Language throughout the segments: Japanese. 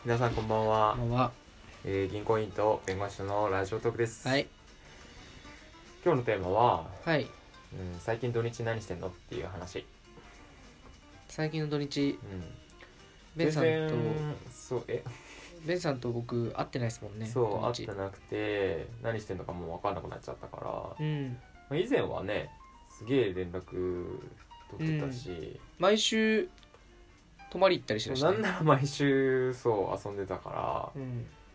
皆さんこんばんは。 こんばんは。 銀行員と弁護士のラジオトークです。 はい。 今日のテーマは、 はい。 最近土日何してんのっていう話。 最近の土日、ベンさん全然とそうベンさんと僕会ってないですもんね。 そう会土日ってなくて何してんのかもう分かんなくなっちゃったから、 うん。 以前はねすげえ連絡取ってたし、 毎週泊まり行ったりしましたね。 なんなら毎週そう遊んでたから、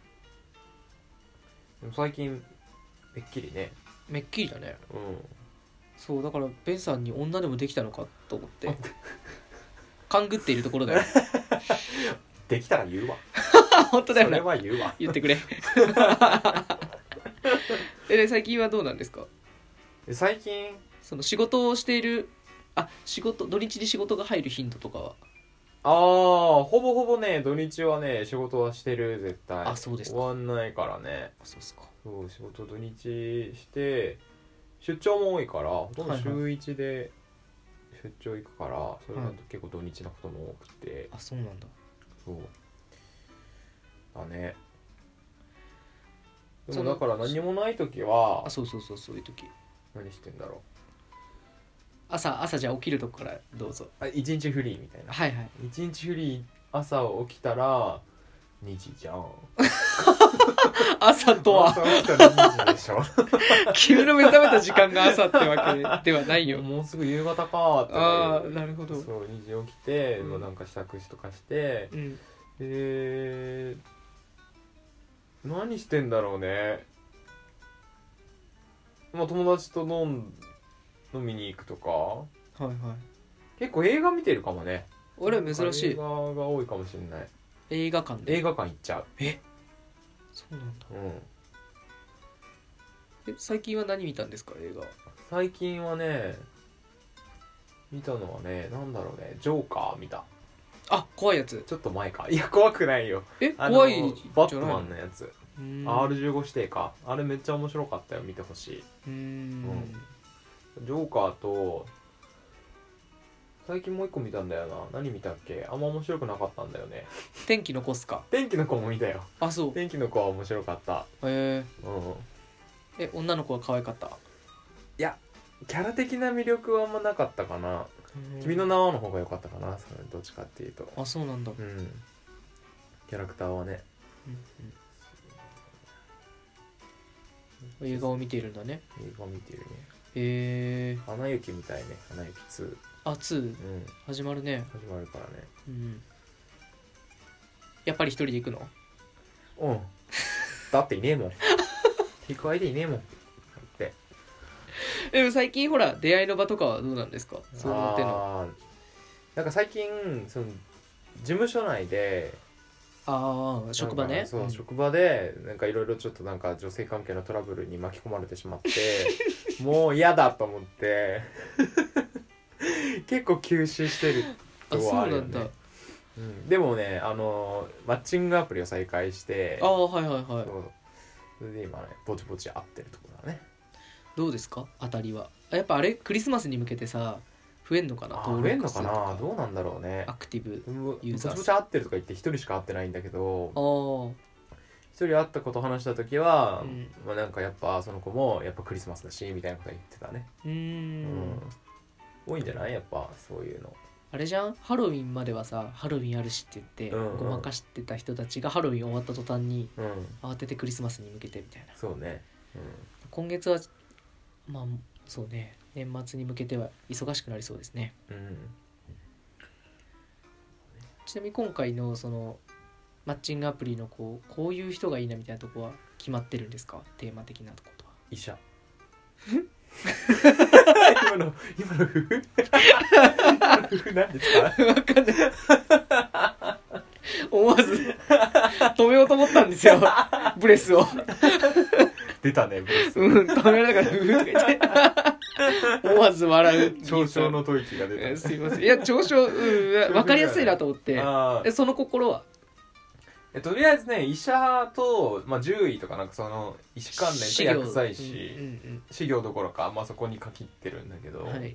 でも最近めっきりね、 めっきりだね。 うんそうだからベンさんに女でもできたのかと思って勘ぐっているところだよ。 できたら言うわ。 本当だよね。 それは言うわ。 言ってくれ。で最近はどうなんですか？ 最近その仕事をしている土日に仕事が入る頻度とかは。 ほぼほぼね土日はね仕事はしてる絶対。 あ、そうですか。 終わんないからね。 そうですか。 そう仕事土日して出張も多いからほとんど週1で出張行くから、それだと結構土日なことも多くて、 あ、そうなんだ。 そうだね。でもだから何もない時はそういう時何してんだろ朝じゃあ起きるとこからどうぞ。 う。一日フリーみたいな。 はいはい。 一日フリー朝起きたら2時じゃん。 朝とは朝起きたら2時でしょ。 君の目覚めた時間が朝ってわけではないよ。 もうすぐ夕方かーってああ、なるほど。 そう2時起きて、なんか支度とかして、何してんだろうね。友達と飲みに行くとか、 はいはい。 結構映画見てるかもね。 俺珍しい。 映画が多いかもしれない。 映画館で。 映画館行っちゃう。 そうなんだ。最近は何見たんですか、映画？ 最近はね見たのはね、なんだろうね、ジョーカー見た。 あ、怖いやつ。 ちょっと前か。いや怖くないよ。 怖いバットマンのやつ。R15 指定か。あれめっちゃ面白かったよ、見てほしい。ジョーカーと最近もう一個見たんだよな。何見たっけ？あんま面白くなかったんだよね。 天気の子っすか？ 天気の子も見たよ。 あ、そう。 天気の子は面白かった。 女の子は可愛かった？ いやキャラ的な魅力はあんまなかったかな。君の名はの方が良かったかな、それどっちかっていうと。 あ、そうなんだ。 キャラクターはね、 映画を見ているんだね。 映画見てるね。アナ雪みたいね。アナ雪2。 あ、2、始まるね。 始まるからね。 やっぱり一人で行くの？ だっていねえもん。行く相手いねえもんって。 でも最近ほら出会いの場とかはどうなんですか？そう思っての。 なんか最近その事務所内で職場ね。 そう、職場でなんかいろいろちょっとなんか女性関係のトラブルに巻き込まれてしまってもう嫌だと思って結構休止してるとはあるよね。 そうなんだ。 でもねマッチングアプリを再開してそうそれで今ねぼちぼち合ってるところだね。 どうですか、当たりは？やっぱあれクリスマスに向けてさ増えんのかな？ 増えんのかな、どうなんだろうね。 アクティブユーぼザーちぼち合ってるとか言って一人しか会ってないんだけど、一人会ったこと話した時は、なんかやっぱその子もやっぱクリスマスだしみたいなこと言ってたね。多いんじゃない？やっぱそういうの。 あれじゃん、ハロウィンまではさハロウィンあるしって言ってごまかしてた人たちがハロウィン終わった途端に慌ててクリスマスに向けてみたいな。 そうね。 今月はそうね、年末に向けては忙しくなりそうですね。ちなみに今回のそのマッチングアプリのこういう人がいいなみたいなとこは決まってるんですか？テーマ的なとことは。 医者今の夫婦何ですか？ 分かんない思わず止めようと思ったんですよブレスを出たねブレス。 止めながら夫婦とか言って思わず笑う嘲笑の吐息が出た。 すいません。いや嘲笑、分かりやすいなと思ってその心はとりあえずね医者と、獣医とかなんかその医師関連と薬剤師、資料どころか、そこに限ってるんだけど、い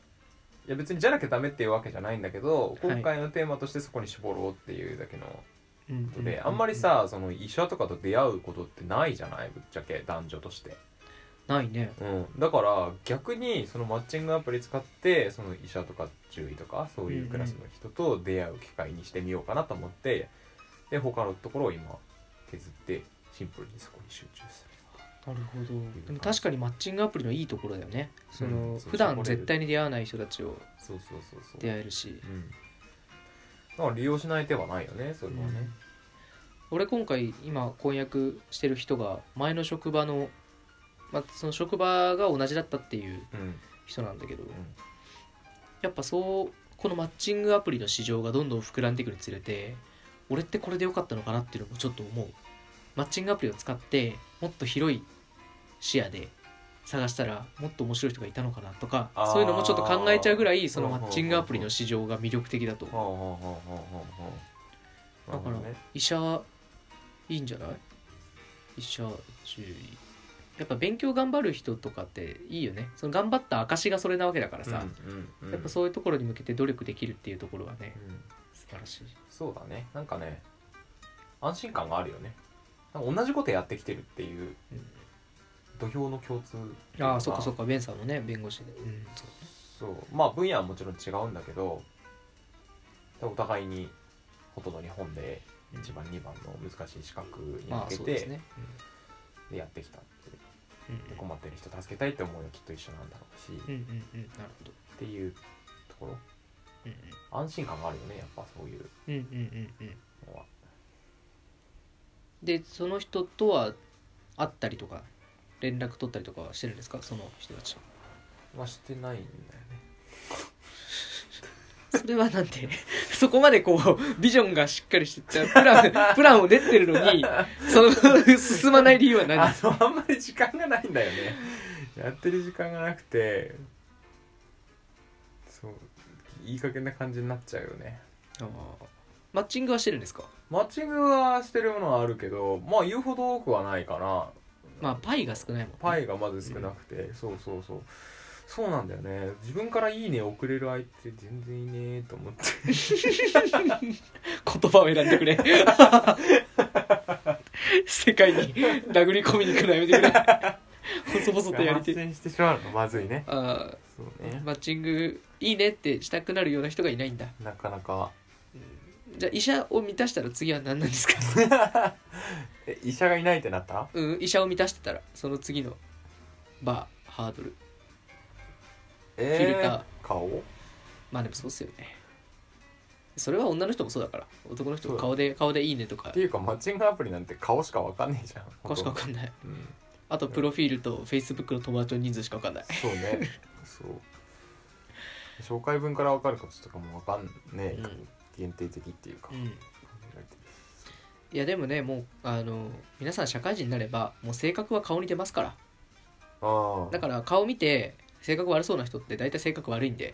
や別にじゃなきゃダメっていうわけじゃないんだけど、今回のテーマとしてそこに絞ろうっていうだけのことで、あんまりさその医者とかと出会うことってないじゃない、ぶっちゃけ男女として。 ないね。 だから逆にそのマッチングアプリ使ってその医者とか獣医とかそういうクラスの人と出会う機会にしてみようかなと思って、で他のところを今削ってシンプルにそこに集中する。なるほど。でも確かにマッチングアプリのいいところだよね。そのそう普段絶対に出会わない人たちをそう出会えるし、 だから利用しない手はないよね、それはね。 俺今回今婚約してる人が前の職場の、その職場が同じだったっていう人なんだけど、やっぱこのマッチングアプリの市場がどんどん膨らんでいくにつれて、俺ってこれでよかったのかなっていうのもちょっと思う。マッチングアプリを使ってもっと広い視野で探したらもっと面白い人がいたのかなとか、そういうのもちょっと考えちゃうぐらいそのマッチングアプリの市場が魅力的だと思う。だから医者いいんじゃない？医者獣医やっぱ勉強頑張る人とかっていいよね。その頑張った証がそれなわけだからさ、やっぱそういうところに向けて努力できるっていうところはね、素晴らしい。 そうだね、なんかね安心感があるよね。なんか同じことやってきてるっていう土俵の共通。 ああ、そっかそっか、ベンさんのね弁護士で、 そうまあ分野はもちろん違うんだけど、お互いにほとんど日本で1番2番の難しい資格に向けてでやってきたって、困ってる人助けたいって思いはきっと一緒なんだろうし、 なるほどっていうところ、安心感があるよね、やっぱそういうのは。 でその人とは会ったりとか連絡取ったりとかはしてるんですか、その人たちは。してないんだよね。 それはなんでそこまでこうビジョンがしっかりしてプランを練ってるのにその進まない理由は何？ あんまり時間がないんだよね。やってる時間がなくて、そういい加減な感じになっちゃうよね。 マッチングはしてるんですか？ マッチングはしてるものはあるけど、まあ言うほど多くはないかな。 まあパイが少ないもんね。 パイがまず少なくて、そうなんだよね。自分からいいね送れる相手全然いねえと思って言葉を選んでくれ世界に殴り込みに行くのやめてくれ細々とやりて発信してしまうのまずいね。 そうね。マッチングいいねってしたくなるような人がいないんだ、 なかなか。 じゃあ医者を満たしたら次は何なんですか医者がいないってなった？ 医者を満たしてたらその次のハードル、フィルター、 顔？ まあでもそうっすよね。それは女の人もそうだから、男の人も顔でいいねとかっていうかマッチングアプリなんて顔しか分かんねえじゃん。 顔しか分かんない、あとプロフィールと Facebook の友達の人数しか分かんない。 そうねそう紹介文から分かることとかも分かんねえ、限定的っていうか、いやでもね、もう皆さん社会人になればもう性格は顔に出ますから。だから顔見て性格悪そうな人って大体性格悪いんで、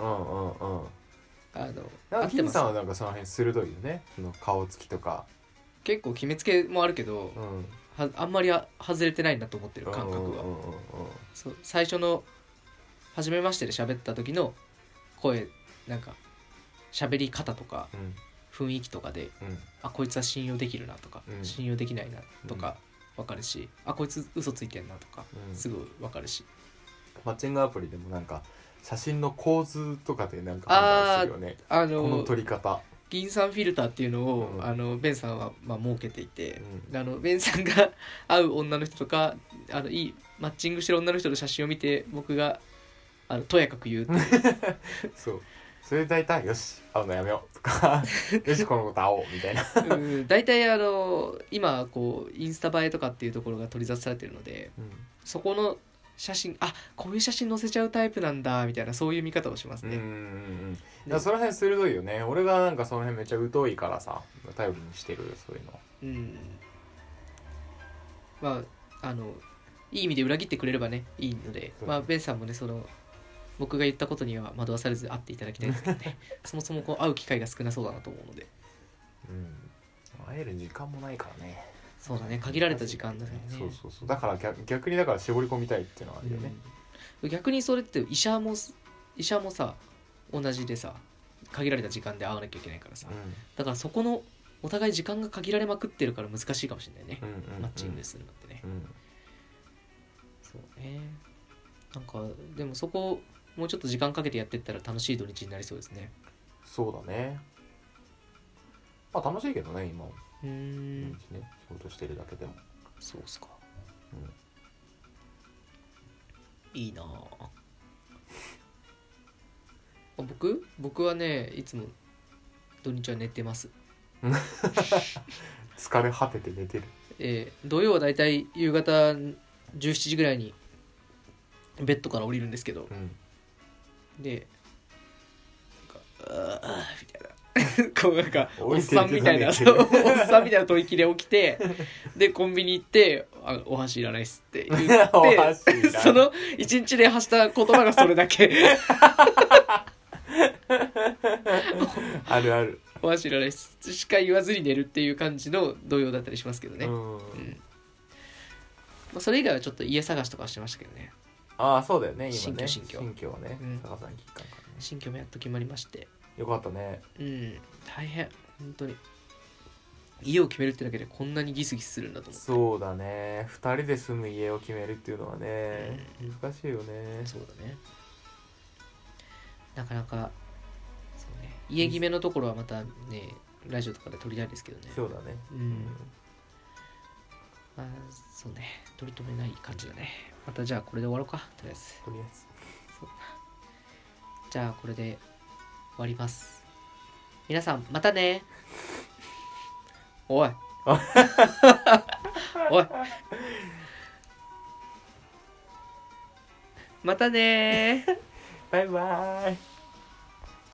なんか金さんはなんかその辺鋭いよね、その顔つきとか。 結構決めつけもあるけど、あんまり外れてないなと思ってる感覚は。そう最初の初めましてで喋った時の声、なんか喋り方とか、雰囲気とかで、あこいつは信用できるなとか、信用できないなとか分かるし、あこいつ嘘ついてんなとか、すぐ分かるし。 マッチングアプリでもなんか写真の構図とかでなんか判断するよね。この撮り方、 銀さんフィルターっていうのを、ベンさんは設けていて、ベンさんが会う女の人とかいいマッチングしてる女の人の写真を見て僕がとやかく言うっていうそうそれで大体よし会うのやめようとかよしこのこと会おうみたいな大体今こうインスタ映えとかっていうところが取り沙汰されてるので、そこの写真、こういう写真載せちゃうタイプなんだみたいな、そういう見方をしますね。 その辺鋭いよね。俺がなんかその辺めっちゃ疎いからさ、頼りにしてるそういうの。 まあいい意味で裏切ってくれればねいいので、ベンさんもね僕が言ったことには惑わされず会っていただきたいですけどねそもそもこう会う機会が少なそうだなと思うので、 会える時間もないからね。 そうだね、限られた時間だね。 そうだから逆にだから絞り込みたいっていうのはあるよね。 逆にそれって医者もさ同じでさ、限られた時間で会わなきゃいけないからさ、だからそこのお互い時間が限られまくってるから難しいかもしれないね、 うんうんうん、 マッチングするのってね、 うん、 そうね。なんかでもそこもうちょっと時間かけてやってったら楽しい土日になりそうですね。 そうだね。まあ楽しいけどね今。土日ね仕事してるだけでも。 そうっすか。 うん、 いいなあ。僕はねいつも土日は寝てます。 疲れ果てて寝てる。 土曜はだいたい夕方17時ぐらいにベッドから降りるんですけど、でなんかみたいなこうなんかおっさんみたいなおっさんみたいな吐息で起きてでコンビニ行ってお箸いらないっすって言ってその一日で発した言葉がそれだけあるある。 お箸いらないっすしか言わずに寝るっていう感じの動揺だったりしますけどね。まあ、それ以外はちょっと家探しとかしてましたけどね。 ああそうだよね今ね。 新居はね、探さなきゃいかんからね。 新居もやっと決まりまして。 よかったね。 大変本当に。家を決めるってだけでこんなにギスギスするんだと思って。 そうだね。2人で住む家を決めるっていうのはね、難しいよね。 そうだね。なかなかそうね。家決めのところはまたねラジオとかで撮りたいですけどね。 そうだね。 まあそうね取り留めない感じだね。またじゃあこれで終わろうかとりあえず。そうじゃあこれで終わります。皆さんまたね。おいおいまたねバイバーイ。